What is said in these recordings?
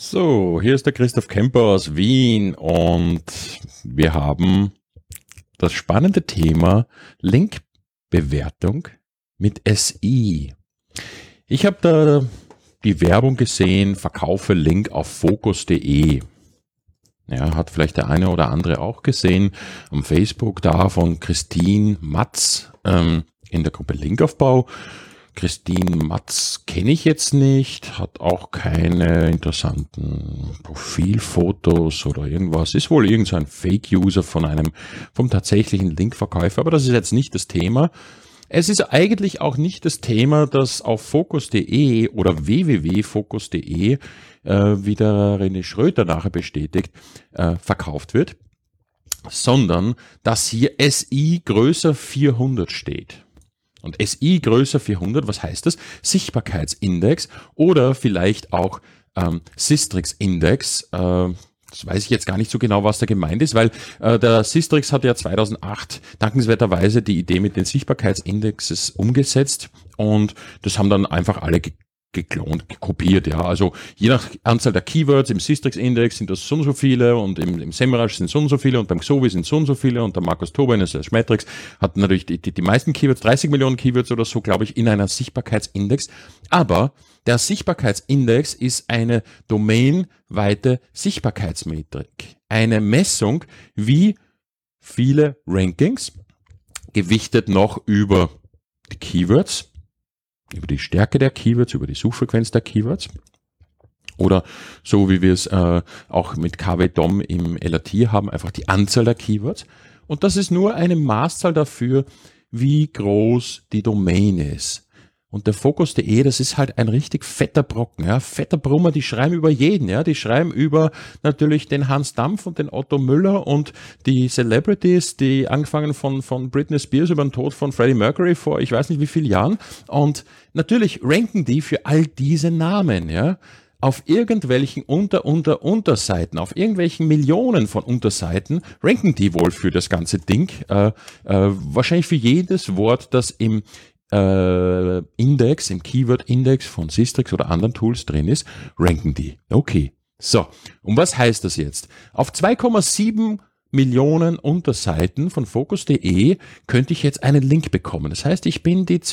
So, hier ist der Christoph Kemper aus Wien und wir haben das spannende Thema Linkbewertung mit SI. Ich habe da die Werbung gesehen, verkaufe Link auf Focus.de. Ja, hat vielleicht der eine oder andere auch gesehen am Facebook da von Christine Matz in der Gruppe Linkaufbau. Christine Matz kenne ich jetzt nicht, hat auch keine interessanten Profilfotos oder irgendwas. Ist wohl irgendein Fake-User vom tatsächlichen Linkverkäufer, aber das ist jetzt nicht das Thema. Es ist eigentlich auch nicht das Thema, das auf Focus.de oder www.focus.de, wie der René Schröter nachher bestätigt, verkauft wird, sondern dass hier SI größer 400 steht. Und SI größer 400, was heißt das? Sichtbarkeitsindex oder vielleicht auch Sistrix-Index. Das weiß ich jetzt gar nicht so genau, was da gemeint ist, weil der Sistrix hat ja 2008 dankenswerterweise die Idee mit den Sichtbarkeitsindexes umgesetzt und das haben dann einfach alle geklont, kopiert, ja. Also je nach Anzahl der Keywords im Sistrix-Index sind das so und so viele und im SEMrush sind so und so viele und beim Xovi sind so und so viele und der Markus Tobin, das ist Matrix, hat natürlich die meisten Keywords, 30 Millionen Keywords oder so, glaube ich, in einer Sichtbarkeitsindex. Aber der Sichtbarkeitsindex ist eine domainweite Sichtbarkeitsmetrik. Eine Messung, wie viele Rankings, gewichtet noch über die Keywords, über die Stärke der Keywords, über die Suchfrequenz der Keywords oder so wie wir es auch mit KW-DOM im LAT haben, einfach die Anzahl der Keywords. Und das ist nur eine Maßzahl dafür, wie groß die Domain ist. Und der Focus.de, das ist halt ein richtig fetter Brocken, ja, fetter Brummer, die schreiben über jeden, ja, die schreiben über natürlich den Hans Dampf und den Otto Müller und die Celebrities, die angefangen von Britney Spears über den Tod von Freddie Mercury vor ich weiß nicht wie vielen Jahren und natürlich ranken die für all diese Namen, ja, auf irgendwelchen Unterseiten, auf irgendwelchen Millionen von Unterseiten ranken die wohl für das ganze Ding, wahrscheinlich für jedes Wort, das im Index, im Keyword-Index von Sistrix oder anderen Tools drin ist, ranken die. Okay. So. Und was heißt das jetzt? Auf 2,7 Millionen Unterseiten von Focus.de könnte ich jetzt einen Link bekommen. Das heißt, ich bin die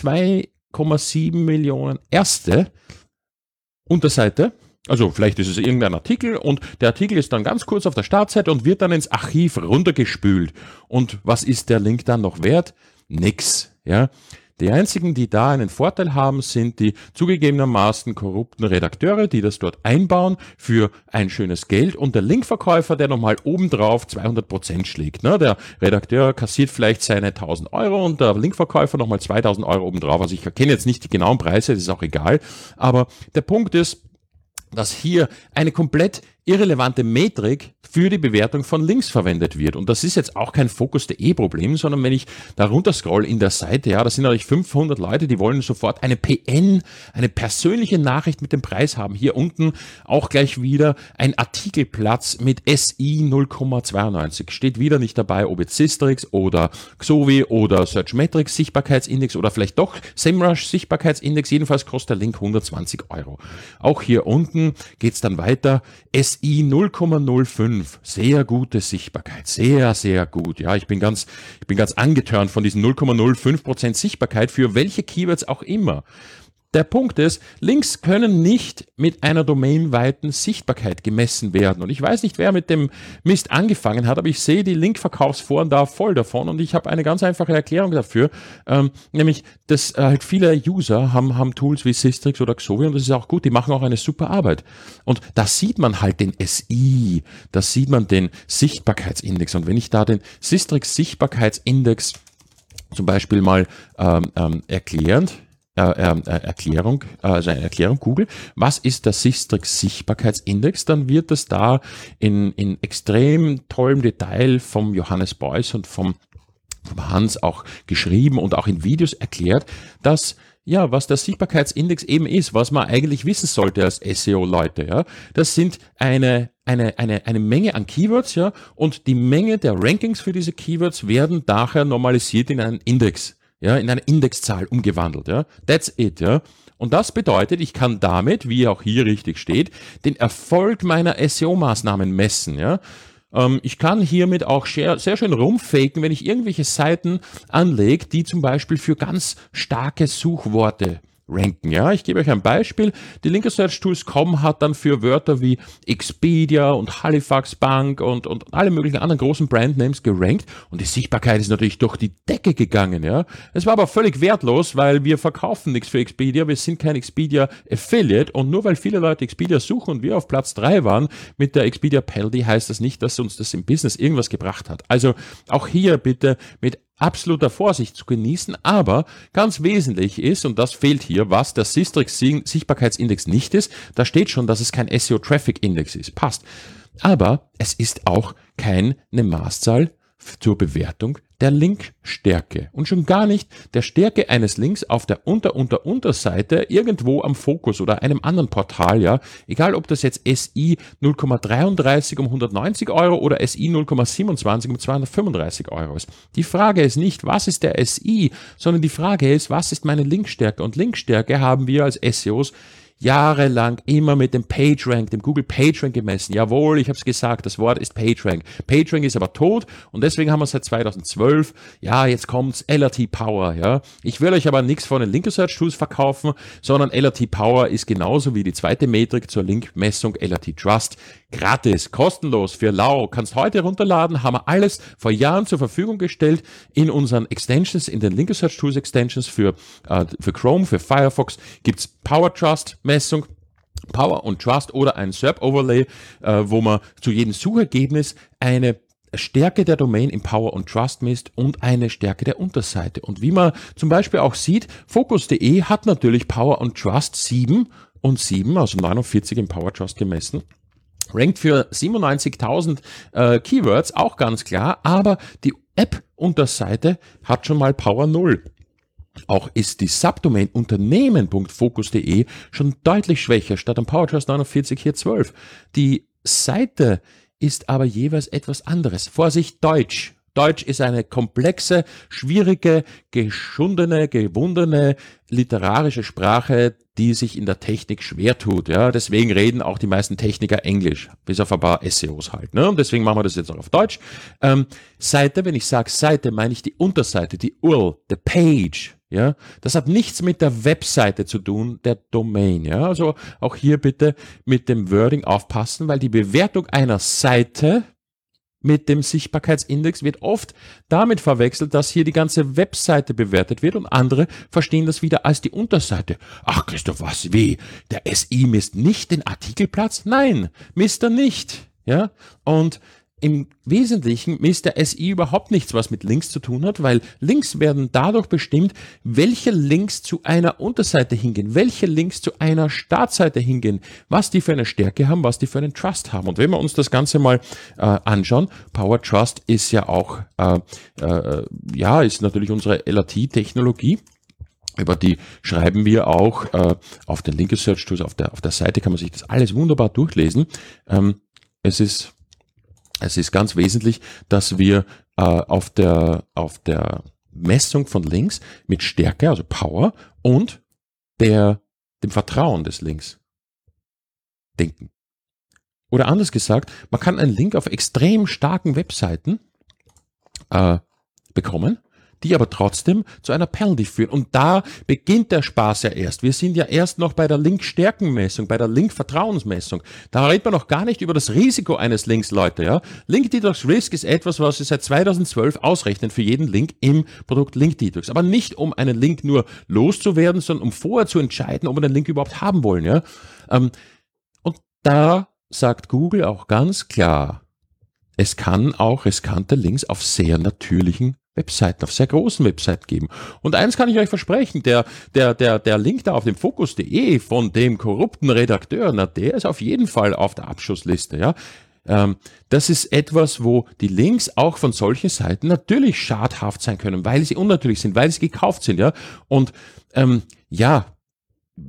2,7 Millionen erste Unterseite. Also vielleicht ist es irgendein Artikel und der Artikel ist dann ganz kurz auf der Startseite und wird dann ins Archiv runtergespült. Und was ist der Link dann noch wert? Nix. Ja. Die einzigen, die da einen Vorteil haben, sind die zugegebenermaßen korrupten Redakteure, die das dort einbauen für ein schönes Geld und der Linkverkäufer, der nochmal obendrauf 200% schlägt. Ne? Der Redakteur kassiert vielleicht seine 1.000 Euro und der Linkverkäufer nochmal 2.000 Euro obendrauf. Also ich kenne jetzt nicht die genauen Preise, das ist auch egal. Aber der Punkt ist, dass hier eine komplett irrelevante Metrik für die Bewertung von Links verwendet wird. Und das ist jetzt auch kein Focus.de-Problem, sondern wenn ich da runter scroll in der Seite, ja, da sind natürlich 500 Leute, die wollen sofort eine PN, eine persönliche Nachricht mit dem Preis haben. Hier unten auch gleich wieder ein Artikelplatz mit SI 0,92. Steht wieder nicht dabei, ob jetzt Sistrix oder Xovi oder Searchmetrics Sichtbarkeitsindex oder vielleicht doch SEMrush Sichtbarkeitsindex. Jedenfalls kostet der Link 120 Euro. Auch hier unten geht's dann weiter. SI 0,05, sehr gute Sichtbarkeit, sehr, sehr gut. Ja, ich bin ganz angetörnt von diesen 0,05% Sichtbarkeit für welche Keywords auch immer. Der Punkt ist, Links können nicht mit einer domainweiten Sichtbarkeit gemessen werden. Und ich weiß nicht, wer mit dem Mist angefangen hat, aber ich sehe die Linkverkaufsforen da voll davon und ich habe eine ganz einfache Erklärung dafür, nämlich, dass halt viele User haben Tools wie Sistrix oder Xovi und das ist auch gut, die machen auch eine super Arbeit. Und da sieht man halt den SI, da sieht man den Sichtbarkeitsindex und wenn ich da den Sistrix Sichtbarkeitsindex zum Beispiel mal eine Erklärung Google, was ist der Sistrix Sichtbarkeitsindex, dann wird das da in extrem tollem Detail vom Johannes Beuys und vom Hans auch geschrieben und auch in Videos erklärt, dass ja, was der Sichtbarkeitsindex eben ist, was man eigentlich wissen sollte als SEO-Leute, ja, das sind eine Menge an Keywords, ja, und die Menge der Rankings für diese Keywords werden daher normalisiert in einen Index. Ja, in eine Indexzahl umgewandelt, ja. That's it, ja. Und das bedeutet, ich kann damit, wie auch hier richtig steht, den Erfolg meiner SEO-Maßnahmen messen. Ja? Ich kann hiermit auch sehr schön rumfaken, wenn ich irgendwelche Seiten anlege, die zum Beispiel für ganz starke Suchworte ranken. Ja, ich gebe euch ein Beispiel. Die linkersearchtools.com hat dann für Wörter wie Expedia und Halifax Bank und alle möglichen anderen großen Brandnames gerankt und die Sichtbarkeit ist natürlich durch die Decke gegangen. Ja, es war aber völlig wertlos, weil wir verkaufen nichts für Expedia. Wir sind kein Expedia Affiliate und nur weil viele Leute Expedia suchen und wir auf Platz 3 waren mit der Expedia Penalty, heißt das nicht, dass uns das im Business irgendwas gebracht hat. Also auch hier bitte mit absoluter Vorsicht zu genießen, aber ganz wesentlich ist, und das fehlt hier, was der Sistrix Sichtbarkeitsindex nicht ist, da steht schon, dass es kein SEO Traffic Index ist, passt. Aber es ist auch keine Maßzahl zur Bewertung der Linkstärke und schon gar nicht der Stärke eines Links auf der Unterseite irgendwo am Fokus oder einem anderen Portal, ja, egal ob das jetzt SI 0,33 um 190 Euro oder SI 0,27 um 235 Euro ist. Die Frage ist nicht, was ist der SI, sondern die Frage ist, was ist meine Linkstärke? Und Linkstärke haben wir als SEOs jahrelang immer mit dem PageRank, dem Google PageRank gemessen. Jawohl, ich habe es gesagt, das Wort ist PageRank. PageRank ist aber tot und deswegen haben wir seit 2012, ja, jetzt kommt's LRT Power, ja. Ich will euch aber nichts von den Link Research Tools verkaufen, sondern LRT Power ist genauso wie die zweite Metrik zur Linkmessung LRT Trust gratis, kostenlos für lau. Kannst heute runterladen, haben wir alles vor Jahren zur Verfügung gestellt in unseren Extensions, in den Link Research Tools Extensions für Chrome, für Firefox gibt's Power Trust Messung, Power und Trust oder ein SERP Overlay, wo man zu jedem Suchergebnis eine Stärke der Domain im Power und Trust misst und eine Stärke der Unterseite. Und wie man zum Beispiel auch sieht, Focus.de hat natürlich Power und Trust 7 und 7, also 49 im Power Trust gemessen. Rankt für 97.000 Keywords, auch ganz klar, aber die App-Unterseite hat schon mal Power 0. Auch ist die Subdomain unternehmen.focus.de schon deutlich schwächer, statt am PowerTrust 49 hier 12. Die Seite ist aber jeweils etwas anderes. Vorsicht, Deutsch. Deutsch ist eine komplexe, schwierige, geschundene, gewundene literarische Sprache, die sich in der Technik schwer tut. Ja, deswegen reden auch die meisten Techniker Englisch, bis auf ein paar SEOs halt. Ne? Und deswegen machen wir das jetzt auch auf Deutsch. Seite, wenn ich sage Seite, meine ich die Unterseite, die URL, the Page. Ja, das hat nichts mit der Webseite zu tun, der Domain. Ja, also auch hier bitte mit dem Wording aufpassen, weil die Bewertung einer Seite mit dem Sichtbarkeitsindex wird oft damit verwechselt, dass hier die ganze Webseite bewertet wird und andere verstehen das wieder als die Unterseite. Ach Christoph, was, wie? Der SI misst nicht den Artikelplatz? Nein, misst er nicht. Ja, und im Wesentlichen misst der SI überhaupt nichts, was mit Links zu tun hat, weil Links werden dadurch bestimmt, welche Links zu einer Unterseite hingehen, welche Links zu einer Startseite hingehen, was die für eine Stärke haben, was die für einen Trust haben. Und wenn wir uns das Ganze mal anschauen, Power Trust ist ja auch, ist natürlich unsere LRT-Technologie. Über die schreiben wir auch auf den Link Research Tools, auf der Seite kann man sich das alles wunderbar durchlesen. Es ist ganz wesentlich, dass wir auf der Messung von Links mit Stärke, also Power und dem Vertrauen des Links denken. Oder anders gesagt, man kann einen Link auf extrem starken Webseiten bekommen, die aber trotzdem zu einer Penalty führen. Und da beginnt der Spaß ja erst. Wir sind ja erst noch bei der Link-Stärkenmessung, bei der Link-Vertrauensmessung. Da redet man noch gar nicht über das Risiko eines Links, Leute. Ja? Link Detox Risk ist etwas, was wir seit 2012 ausrechnen für jeden Link im Produkt Link Detox. Aber nicht, um einen Link nur loszuwerden, sondern um vorher zu entscheiden, ob wir den Link überhaupt haben wollen. Ja? Und da sagt Google auch ganz klar, es kann auch riskante Links auf sehr natürlichen Webseiten, auf sehr großen Webseiten geben. Und eins kann ich euch versprechen, der Link da auf dem Focus.de von dem korrupten Redakteur, na, der ist auf jeden Fall auf der Abschussliste, ja. Das ist etwas, wo die Links auch von solchen Seiten natürlich schadhaft sein können, weil sie unnatürlich sind, weil sie gekauft sind, ja. Und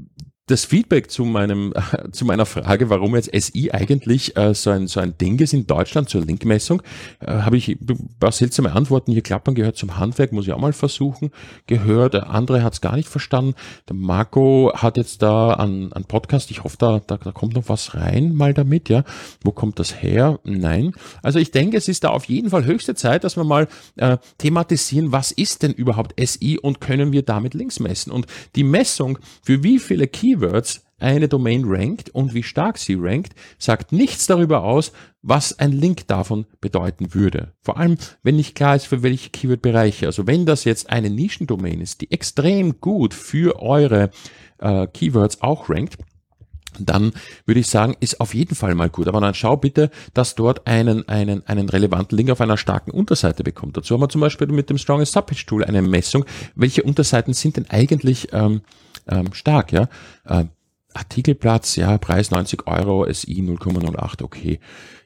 das Feedback zu meiner Frage, warum jetzt SI eigentlich so ein Ding ist in Deutschland zur Linkmessung, habe ich ein paar seltsame Antworten hier klappern gehört zum Handwerk, muss ich auch mal versuchen, gehört. Der andere hat es gar nicht verstanden. Der Marco hat jetzt da einen Podcast, ich hoffe, da kommt noch was rein mal damit, ja. Wo kommt das her? Nein. Also ich denke, es ist da auf jeden Fall höchste Zeit, dass wir mal thematisieren, was ist denn überhaupt SI und können wir damit Links messen? Und die Messung, für wie viele Keywords eine Domain rankt und wie stark sie rankt, sagt nichts darüber aus, was ein Link davon bedeuten würde. Vor allem, wenn nicht klar ist, für welche Keyword-Bereiche. Also wenn das jetzt eine Nischendomain ist, die extrem gut für eure Keywords auch rankt, dann würde ich sagen, ist auf jeden Fall mal gut. Aber dann schau bitte, dass dort einen relevanten Link auf einer starken Unterseite bekommt. Dazu haben wir zum Beispiel mit dem Strongest Subpage Tool eine Messung. Welche Unterseiten sind denn eigentlich stark, ja? Artikelplatz, ja, Preis 90 Euro, SI 0,08, okay.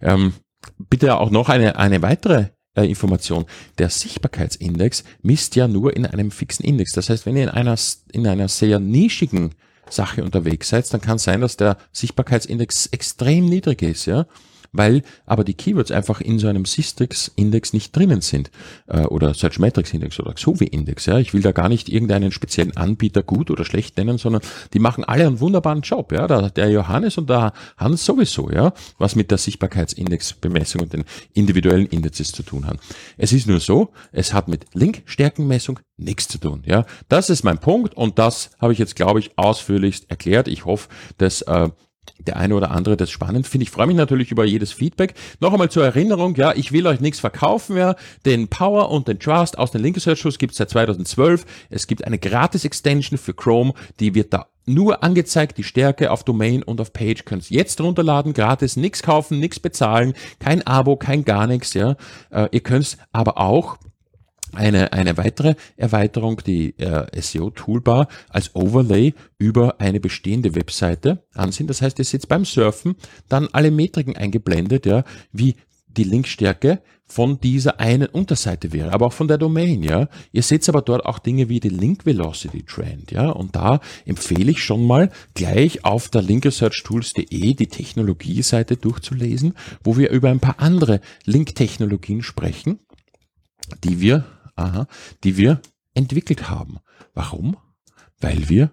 Bitte auch noch eine weitere Information. Der Sichtbarkeitsindex misst ja nur in einem fixen Index. Das heißt, wenn ihr in einer sehr nischigen Sache unterwegs seid, dann kann es sein, dass der Sichtbarkeitsindex extrem niedrig ist, ja, weil aber die Keywords einfach in so einem Sistrix-Index nicht drinnen sind oder Searchmetrics-Index oder Xovi-Index. Ja. Ich will da gar nicht irgendeinen speziellen Anbieter gut oder schlecht nennen, sondern die machen alle einen wunderbaren Job. Ja. Der Johannes und der Hans sowieso, ja, was mit der Sichtbarkeitsindex-Bemessung und den individuellen Indizes zu tun hat. Es ist nur so, es hat mit Linkstärkenmessung nichts zu tun. Ja. Das ist mein Punkt und das habe ich jetzt, glaube ich, ausführlichst erklärt. Ich hoffe, dass der eine oder andere das spannend findet. Ich freue mich natürlich über jedes Feedback. Noch einmal zur Erinnerung, ja, ich will euch nichts verkaufen, ja. Den Power und den Trust aus den Link Research Tools gibt es seit 2012. Es gibt eine Gratis-Extension für Chrome, die wird da nur angezeigt, die Stärke auf Domain und auf Page. Könnt ihr jetzt runterladen, gratis, nichts kaufen, nichts bezahlen, kein Abo, kein gar nichts, ja. Ihr könnt aber auch eine weitere Erweiterung, die SEO-Toolbar als Overlay über eine bestehende Webseite ansehen. Das heißt, ihr seht beim Surfen dann alle Metriken eingeblendet, ja, wie die Linkstärke von dieser einen Unterseite wäre, aber auch von der Domain, ja. Ihr seht aber dort auch Dinge wie die Link Velocity Trend, ja. Und da empfehle ich schon mal gleich auf der linkresearchtools.de die Technologie-Seite durchzulesen, wo wir über ein paar andere Link-Technologien sprechen, die wir entwickelt haben. Warum? Weil wir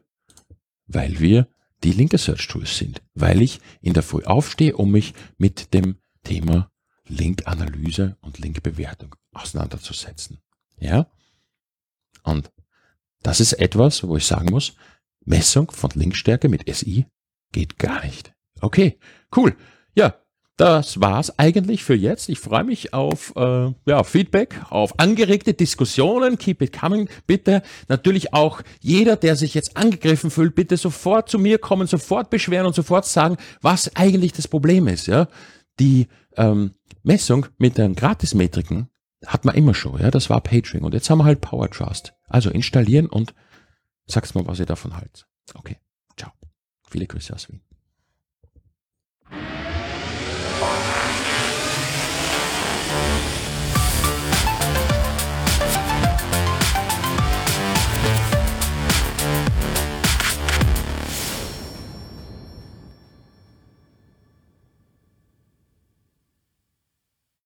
die Link Research Tools sind. Weil ich in der Früh aufstehe, um mich mit dem Thema Link-Analyse und Link-Bewertung auseinanderzusetzen. Ja? Und das ist etwas, wo ich sagen muss, Messung von Linkstärke mit SI geht gar nicht. Okay, cool. Ja, das war's eigentlich für jetzt. Ich freue mich auf Feedback, auf angeregte Diskussionen. Keep it coming, bitte. Natürlich auch jeder, der sich jetzt angegriffen fühlt, bitte sofort zu mir kommen, sofort beschweren und sofort sagen, was eigentlich das Problem ist. Ja, die Messung mit den Gratismetriken hat man immer schon. Ja, das war PageRank und jetzt haben wir halt Power Trust. Also installieren und sag's mal, was ihr davon haltet. Okay, ciao. Viele Grüße aus Wien.